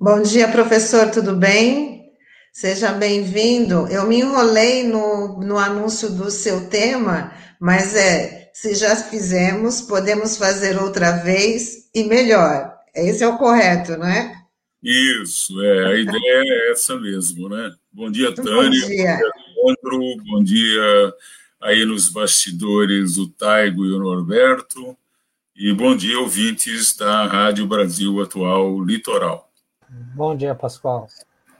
Bom dia, professor, tudo bem? Seja bem-vindo. Eu me enrolei no anúncio do seu tema, mas se já fizemos, podemos fazer outra vez e melhor. Esse é o correto, não é? Isso, a ideia é essa mesmo, né? Bom dia, Bom Tânia, bom dia. dia, Leandro, bom dia aí nos bastidores o Taigo e o Norberto, e bom dia, ouvintes da Rádio Brasil Atual Litoral. Bom dia, Pascoal.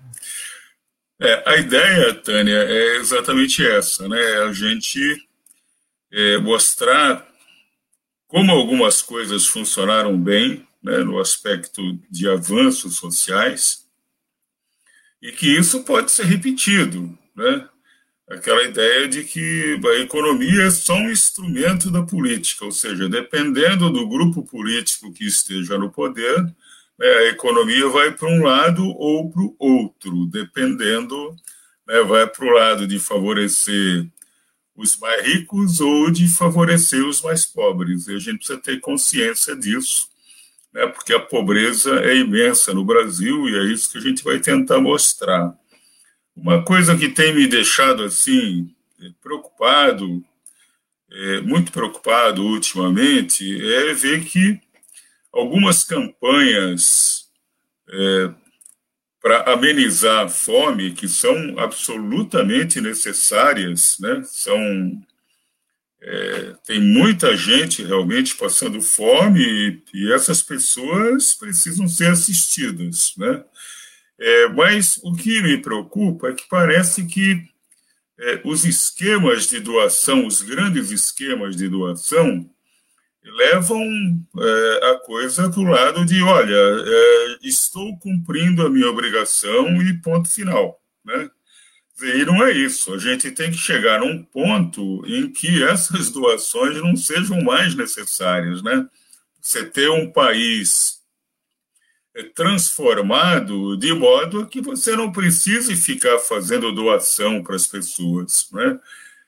A ideia, Tânia, é exatamente essa, né? A gente mostrar como algumas coisas funcionaram bem, né, no aspecto de avanços sociais, e que isso pode ser repetido, né? Aquela ideia de que a economia é só um instrumento da política, ou seja, dependendo do grupo político que esteja no poder, né, a economia vai para um lado ou para o outro, dependendo, né, vai para o lado de favorecer os mais ricos ou de favorecer os mais pobres. E a gente precisa ter consciência disso, né, porque a pobreza é imensa no Brasil e é isso que a gente vai tentar mostrar. Uma coisa que tem me deixado assim preocupado, muito preocupado ultimamente, é ver que algumas campanhas para amenizar a fome, que são absolutamente necessárias, né? Tem muita gente realmente passando fome e essas pessoas precisam ser assistidas, né? Mas o que me preocupa é que parece que os esquemas de doação, os grandes esquemas de doação, levam a coisa para o lado de, olha, estou cumprindo a minha obrigação e ponto final, né? E não é isso. A gente tem que chegar num ponto em que essas doações não sejam mais necessárias, né? Você ter um país transformado de modo que você não precise ficar fazendo doação para as pessoas, né?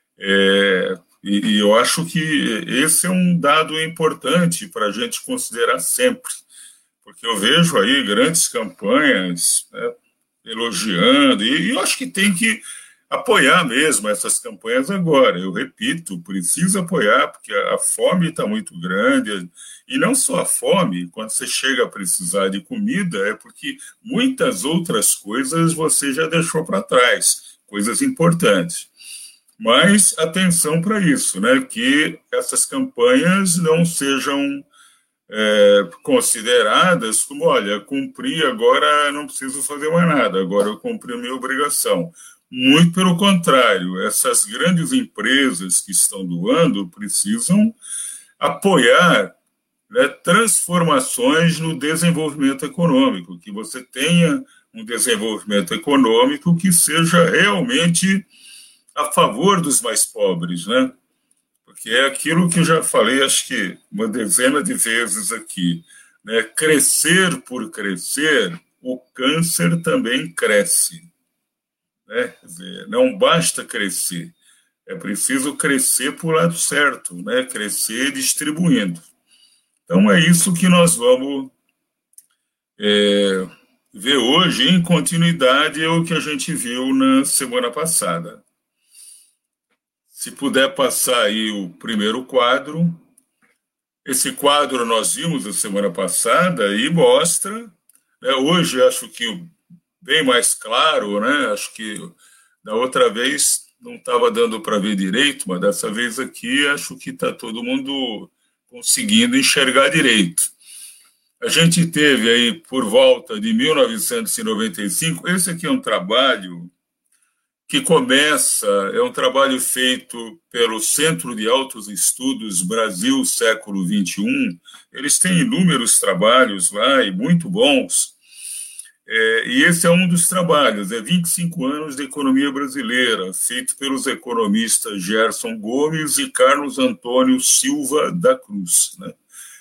E eu acho que esse é um dado importante para a gente considerar sempre, porque eu vejo aí grandes campanhas, né, elogiando, e eu acho que tem que apoiar mesmo essas campanhas agora. Eu repito, precisa apoiar, porque a fome está muito grande, e não só a fome, quando você chega a precisar de comida, é porque muitas outras coisas você já deixou para trás, coisas importantes. Mas atenção para isso, né? Que essas campanhas não sejam consideradas como, olha, cumpri, agora não preciso fazer mais nada, agora eu cumpri a minha obrigação. Muito pelo contrário, essas grandes empresas que estão doando precisam apoiar, né, transformações no desenvolvimento econômico, que você tenha um desenvolvimento econômico que seja realmente a favor dos mais pobres, né? Porque é aquilo que eu já falei, acho que uma dezena de vezes aqui, né? Crescer por crescer, o câncer também cresce, né? Quer dizer, não basta crescer, é preciso crescer por lado certo, né? Crescer distribuindo. Então é isso que nós vamos ver hoje, em continuidade ao que a gente viu na semana passada. Se puder passar aí o primeiro quadro. Esse quadro nós vimos a semana passada e mostra, né, hoje acho que bem mais claro, né? Acho que da outra vez não estava dando para ver direito, mas dessa vez aqui acho que está todo mundo conseguindo enxergar direito. A gente teve aí por volta de 1995, esse aqui é um trabalho que começa, é um trabalho feito pelo Centro de Altos Estudos Brasil Século XXI. Eles têm inúmeros trabalhos lá e muito bons. E esse é um dos trabalhos, 25 anos de economia brasileira, feito pelos economistas Gerson Gomes e Carlos Antônio Silva da Cruz, né?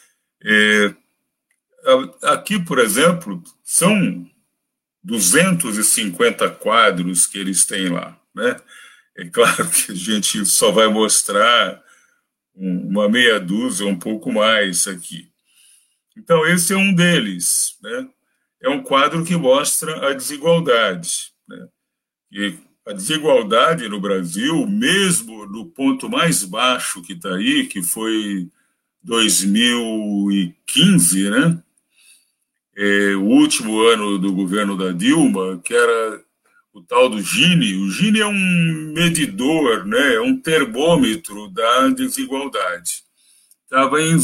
Aqui, por exemplo, são 250 quadros que eles têm lá, né? É claro que a gente só vai mostrar uma meia dúzia, um pouco mais aqui. Então, esse é um deles, né? é um quadro que mostra a desigualdade, né? E a desigualdade no Brasil, mesmo no ponto mais baixo que está aí, que foi 2015, né? O último ano do governo da Dilma, que era o tal do Gini. O Gini é um medidor, né? É um termômetro da desigualdade. Estava em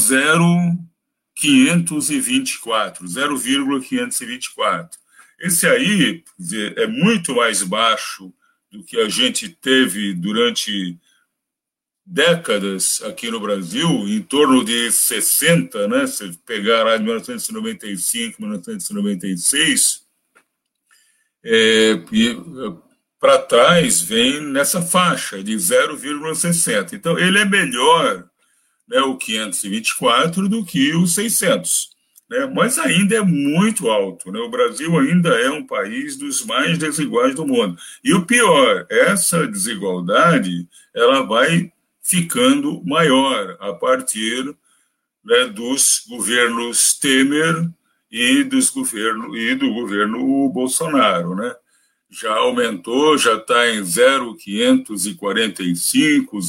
0,524. Esse aí, quer dizer, é muito mais baixo do que a gente teve durante décadas aqui no Brasil, em torno de 60, né? Se pegar lá de 1995, 1996, para trás vem nessa faixa de 0,60. Então, ele é melhor, né, o 524 do que o 600. Né? Mas ainda é muito alto. Né? O Brasil ainda é um país dos mais desiguais do mundo. E o pior, essa desigualdade ela vai ficando maior a partir, né, dos governos Temer e do governo Bolsonaro. Né? Já aumentou, já está em 0,545,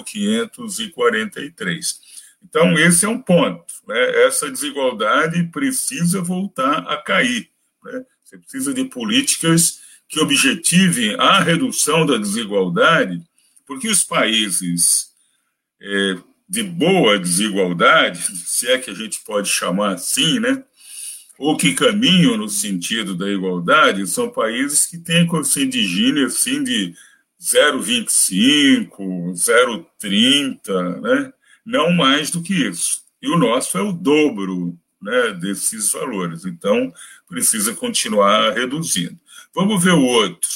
0,543. Então, esse é um ponto. Né? Essa desigualdade precisa voltar a cair. Né? Você precisa de políticas que objetivem a redução da desigualdade, porque os países de boa desigualdade, se é que a gente pode chamar assim, né? Ou que caminham no sentido da igualdade, são países que têm coeficiente de Gini assim, de 0,25, 0,30, né? Não mais do que isso. E o nosso é o dobro, né, desses valores. Então, precisa continuar reduzindo. Vamos ver o outro.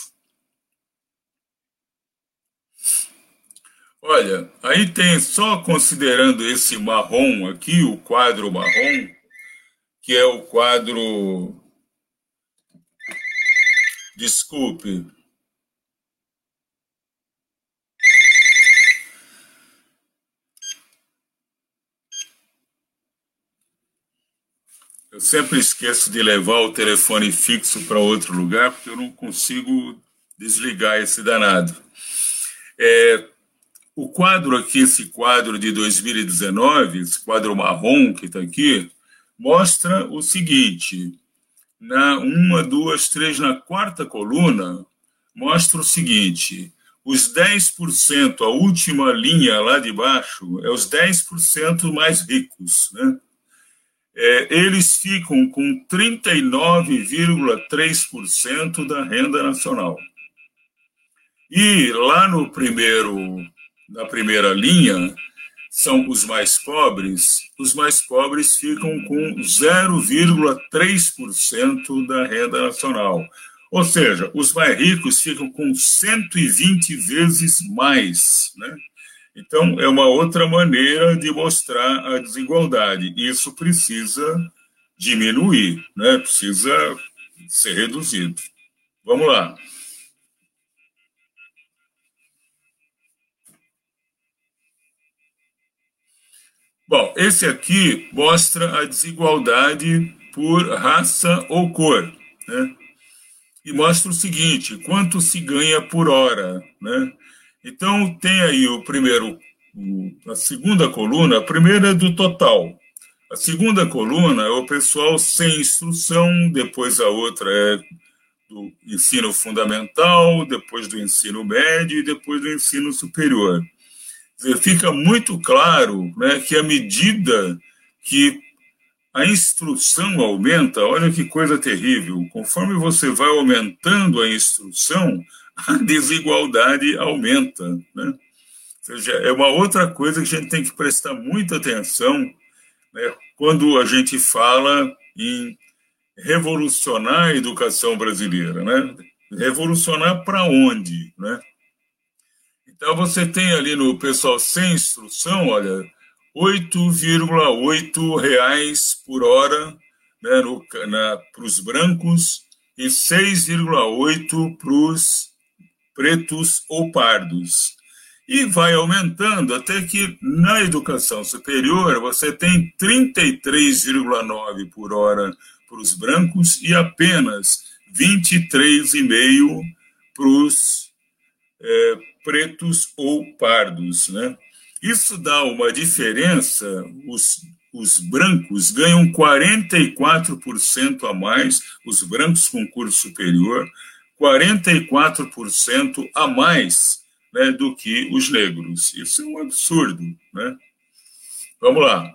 Olha, aí tem, só considerando esse marrom aqui, o quadro marrom, que é o quadro... Desculpe. Eu sempre esqueço de levar o telefone fixo para outro lugar, porque eu não consigo desligar esse danado. O quadro aqui, esse quadro de 2019, esse quadro marrom que está aqui, mostra o seguinte: na 1, 2, 3, na quarta coluna, mostra o seguinte: os 10%, a última linha lá de baixo, é os 10% mais ricos, né? Eles ficam com 39,3% da renda nacional. E lá na primeira linha, são os mais pobres ficam com 0,3% da renda nacional. Ou seja, os mais ricos ficam com 120 vezes mais, né? Então, é uma outra maneira de mostrar a desigualdade. Isso precisa diminuir, né? Precisa ser reduzido. Vamos lá. Bom, esse aqui mostra a desigualdade por raça ou cor, né? E mostra o seguinte: quanto se ganha por hora, né? Então, tem aí a segunda coluna, a primeira é do total. A segunda coluna é o pessoal sem instrução, depois a outra é do ensino fundamental, depois do ensino médio e depois do ensino superior. Fica muito claro, né, que à medida que a instrução aumenta, olha que coisa terrível, conforme você vai aumentando a instrução, a desigualdade aumenta, né? Ou seja, é uma outra coisa que a gente tem que prestar muita atenção, né, quando a gente fala em revolucionar a educação brasileira, né? Revolucionar para onde, né? Então, você tem ali no pessoal sem instrução, olha, R$ 8,8 por hora, né, para os brancos e 6,8 para os pretos ou pardos. E vai aumentando até que na educação superior você tem 33,9 por hora para os brancos e apenas 23,5 para os pretos ou pardos, né? Isso dá uma diferença, os brancos ganham 44% a mais, os brancos com curso superior, 44% a mais, né, do que os negros. Isso é um absurdo, né? Vamos lá.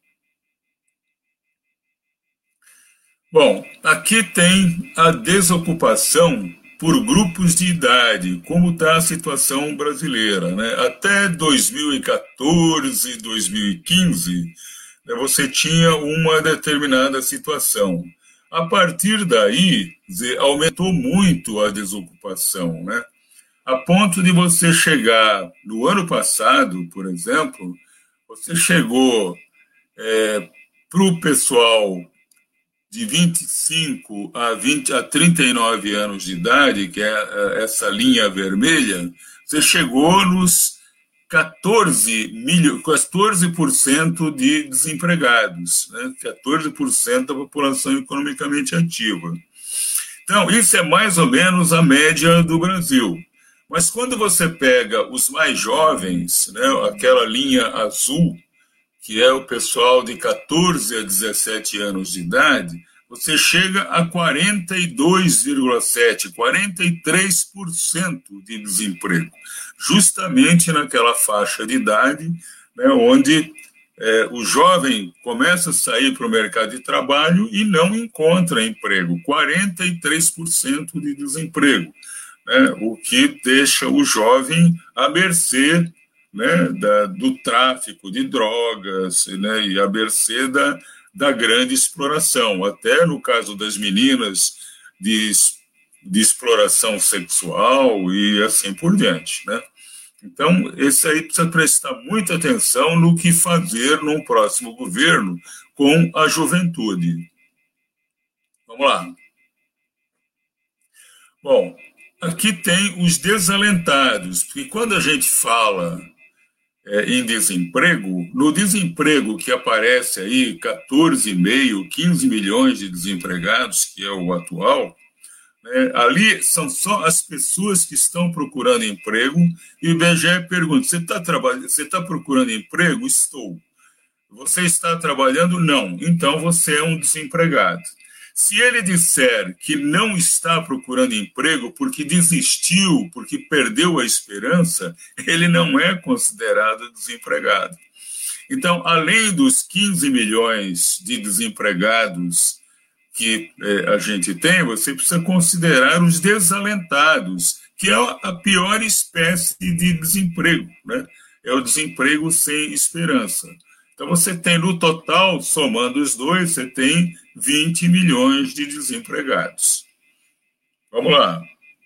Bom, aqui tem a desocupação por grupos de idade, como está a situação brasileira, né? Até 2014, 2015, né, você tinha uma determinada situação. A partir daí, aumentou muito a desocupação, né? A ponto de você chegar, no ano passado, por exemplo, você chegou para o pessoal de 25 a 39 anos de idade, que é essa linha vermelha, você chegou nos 14% de desempregados, né? 14% da população economicamente ativa. Então, isso é mais ou menos a média do Brasil. Mas quando você pega os mais jovens, né, aquela linha azul, que é o pessoal de 14 a 17 anos de idade, você chega a 42,7%, 43% de desemprego, justamente naquela faixa de idade, né, onde o jovem começa a sair para o mercado de trabalho e não encontra emprego, 43% de desemprego, né, o que deixa o jovem à mercê, né, do tráfico de drogas, né, e à mercê da grande exploração, até no caso das meninas de exploração sexual e assim por diante, né? Então, esse aí precisa prestar muita atenção no que fazer num próximo governo com a juventude. Vamos lá. Bom, aqui tem os desalentados, porque quando a gente fala em desemprego, no desemprego que aparece aí 14,5, 15 milhões de desempregados, que é o atual, né, ali são só as pessoas que estão procurando emprego, e o IBGE pergunta, você está procurando emprego? Estou. Você está trabalhando? Não. Então você é um desempregado. Se ele disser que não está procurando emprego porque desistiu, porque perdeu a esperança, ele não é considerado desempregado. Então, além dos 15 milhões de desempregados que a gente tem, você precisa considerar os desalentados, que é a pior espécie de desemprego, né? É o desemprego sem esperança. Então, você tem no total, somando os dois, você tem 20 milhões de desempregados. Vamos lá.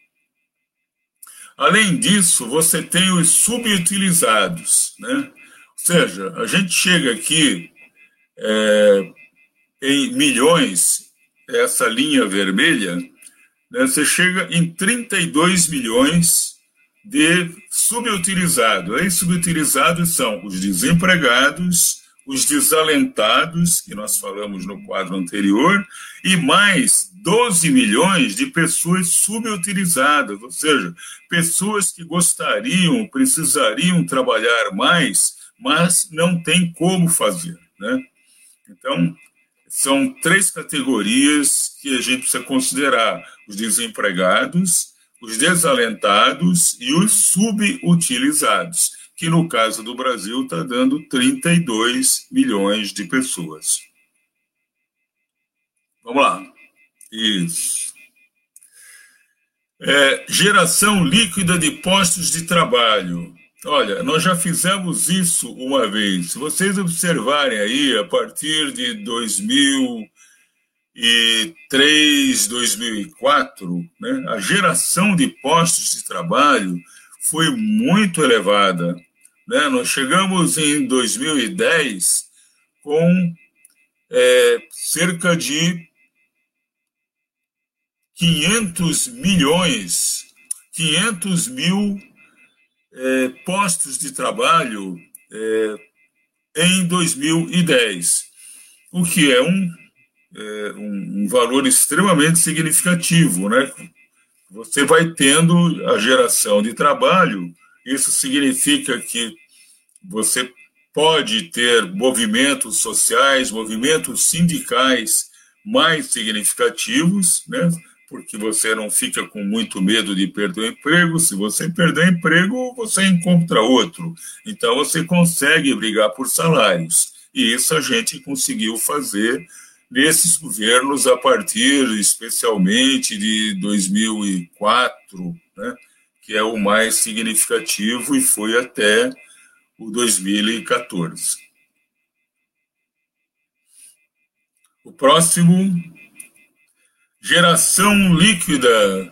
Além disso, você tem os subutilizados, né? Ou seja, a gente chega aqui em milhões, essa linha vermelha, né? Você chega em 32 milhões de subutilizados. Aí, subutilizados são os desempregados, os desalentados, que nós falamos no quadro anterior, e mais 12 milhões de pessoas subutilizadas, ou seja, pessoas que gostariam, precisariam trabalhar mais, mas não têm como fazer, né? Então, são 3 categorias que a gente precisa considerar: os desempregados, os desalentados e os subutilizados, que no caso do Brasil está dando 32 milhões de pessoas. Vamos lá. Isso. Geração líquida de postos de trabalho. Olha, nós já fizemos isso uma vez. Se vocês observarem aí, a partir de 2003, 2004, né, a geração de postos de trabalho foi muito elevada, né? Nós chegamos em 2010 com cerca de 500 mil postos de trabalho em 2010, o que é um valor extremamente significativo, né? Você vai tendo a geração de trabalho, isso significa que você pode ter movimentos sociais, movimentos sindicais mais significativos, né? Porque você não fica com muito medo de perder o emprego. Se você perder o emprego, você encontra outro. Então, você consegue brigar por salários. E isso a gente conseguiu fazer nesses governos a partir, especialmente, de 2004, né? Que é o mais significativo, e foi até o 2014. O próximo, geração líquida.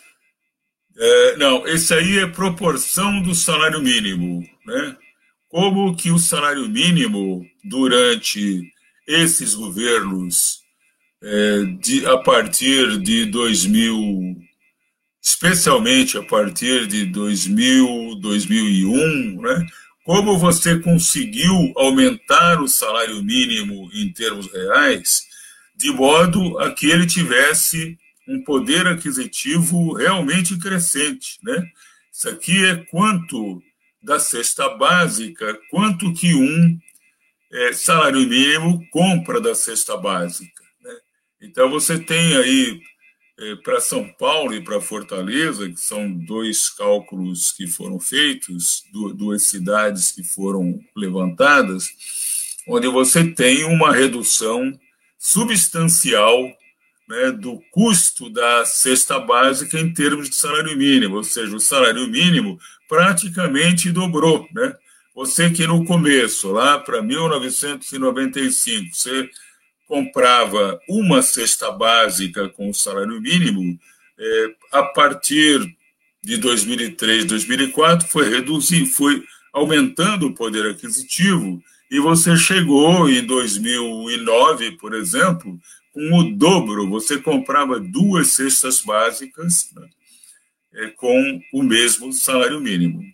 Não, esse aí é proporção do salário mínimo, né? Como que o salário mínimo, durante esses governos, a partir de 2000, especialmente a partir de 2000, 2001, né? Como você conseguiu aumentar o salário mínimo em termos reais, de modo a que ele tivesse um poder aquisitivo realmente crescente, né? Isso aqui é quanto da cesta básica, quanto que um salário mínimo compra da cesta básica, né? Então, você tem aí, para São Paulo e para Fortaleza, que são dois cálculos que foram feitos, duas cidades que foram levantadas, onde você tem uma redução substancial, né, do custo da cesta básica em termos de salário mínimo, ou seja, o salário mínimo praticamente dobrou, né? Você que no começo, lá para 1995, você comprava uma cesta básica com o salário mínimo, a partir de 2003, 2004, foi aumentando o poder aquisitivo, e você chegou em 2009, por exemplo, com o dobro. Você comprava duas cestas básicas, né, com o mesmo salário mínimo.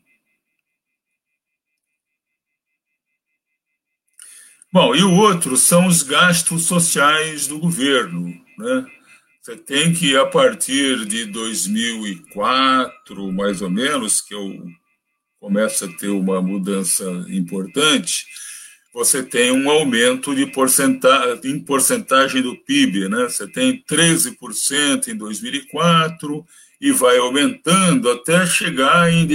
Bom, e o outro são os gastos sociais do governo, né? Você tem que, a partir de 2004, mais ou menos, que começa a ter uma mudança importante, você tem um aumento de porcentagem do PIB, né? Você tem 13% em 2004 e vai aumentando até chegar em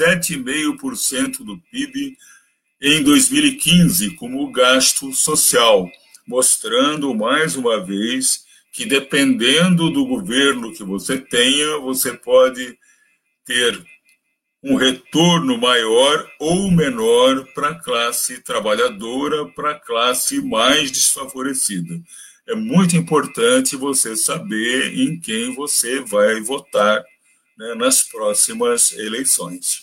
17,5% do PIB em 2015, como gasto social, mostrando mais uma vez que, dependendo do governo que você tenha, você pode ter um retorno maior ou menor para a classe trabalhadora, para a classe mais desfavorecida. É muito importante você saber em quem você vai votar, né, nas próximas eleições.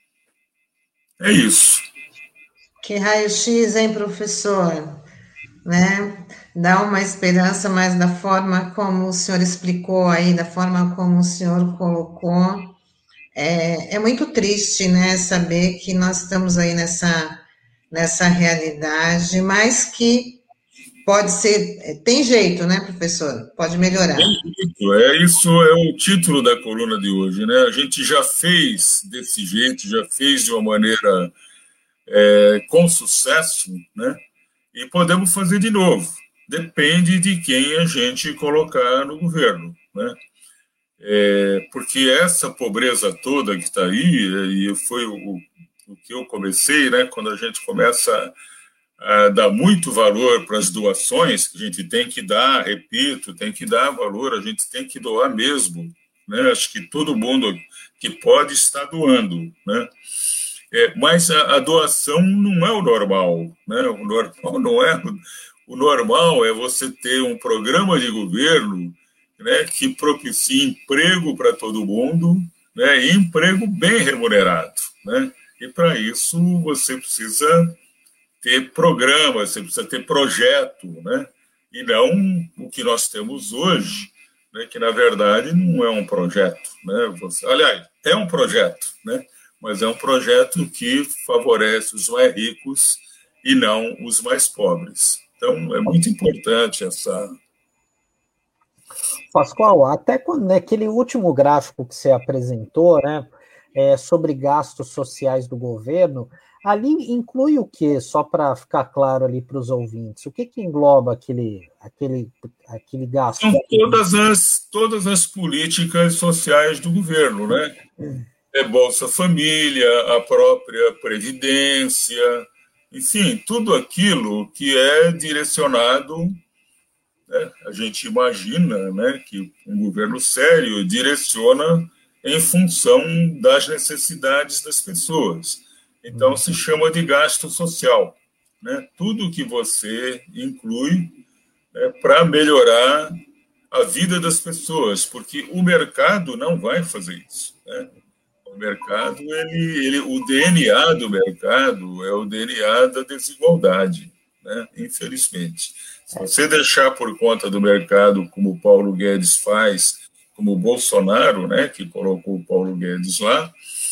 É isso. Que raio-x, hein, professor? Né? Dá uma esperança, mas da forma como o senhor explicou aí, da forma como o senhor colocou, é muito triste, né, saber que nós estamos aí nessa realidade, mas que pode ser, tem jeito, né, professor? Pode melhorar. Isso é o título da coluna de hoje, né? A gente já fez desse jeito, já fez de uma maneira com sucesso, né? E podemos fazer de novo. Depende de quem a gente colocar no governo, né? Porque essa pobreza toda que está aí, e foi o que eu comecei, né? Quando a gente começa a dar muito valor para as doações, que a gente tem que dar, repito, tem que dar valor, a gente tem que doar mesmo, né? Acho que todo mundo que pode está doando, né? Mas a doação não é o normal, né? O normal não é. O normal é você ter um programa de governo, né, que propicie emprego para todo mundo, né, e emprego bem remunerado, né? E para isso você precisa ter programa, você precisa ter projeto, né? E não o que nós temos hoje, né, que na verdade não é um projeto, né? Aliás, é um projeto, né? mas é um projeto que favorece os mais ricos e não os mais pobres. Então, é muito importante essa... Pascoal, até quando, naquele último gráfico que você apresentou, né, sobre gastos sociais do governo, ali inclui o quê? Só para ficar claro ali para os ouvintes, o que engloba aquele gasto? São todas as políticas sociais do governo, né? Bolsa Família, a própria Previdência, enfim, tudo aquilo que é direcionado, né? A gente imagina, né, que um governo sério direciona em função das necessidades das pessoas. Então, se chama de gasto social, né? Tudo que você inclui, né, para melhorar a vida das pessoas, porque o mercado não vai fazer isso, né? O mercado, o DNA do mercado é o DNA da desigualdade, né? Infelizmente. Se você deixar por conta do mercado, como o Paulo Guedes faz, como o Bolsonaro, né, que colocou o Paulo Guedes lá,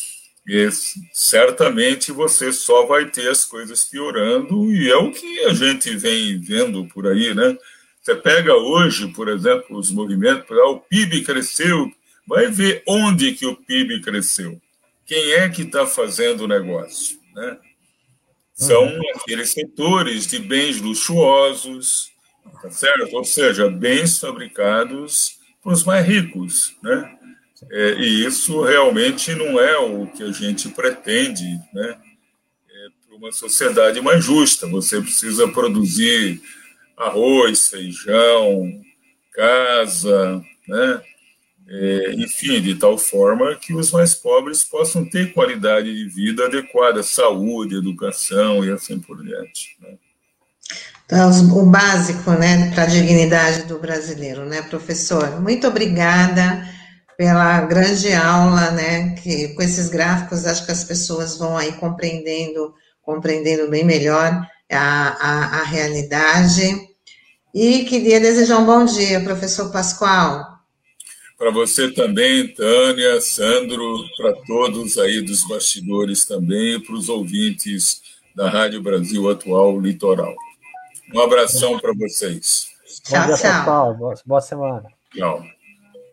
certamente você só vai ter as coisas piorando, e é o que a gente vem vendo por aí, né? Você pega hoje, por exemplo, os movimentos, o PIB cresceu, vai ver onde que o PIB cresceu. Quem é que está fazendo o negócio, né? São aqueles setores de bens luxuosos, tá certo? Ou seja, bens fabricados para os mais ricos, né? E isso realmente não é o que a gente pretende, né? Para uma sociedade mais justa. Você precisa produzir arroz, feijão, casa, né? Enfim, de tal forma que os mais pobres possam ter qualidade de vida adequada, saúde, educação e assim por diante, né? Então, o básico, né, para a dignidade do brasileiro, né, professor? Muito obrigada pela grande aula, né, que com esses gráficos acho que as pessoas vão aí compreendendo bem melhor a realidade. E queria desejar um bom dia, professor Pascoal. Para você também, Tânia, Sandro, para todos aí dos bastidores também, e para os ouvintes da Rádio Brasil Atual Litoral. Um abração para vocês. Bom dia, Pascoal. Boa semana. Tchau.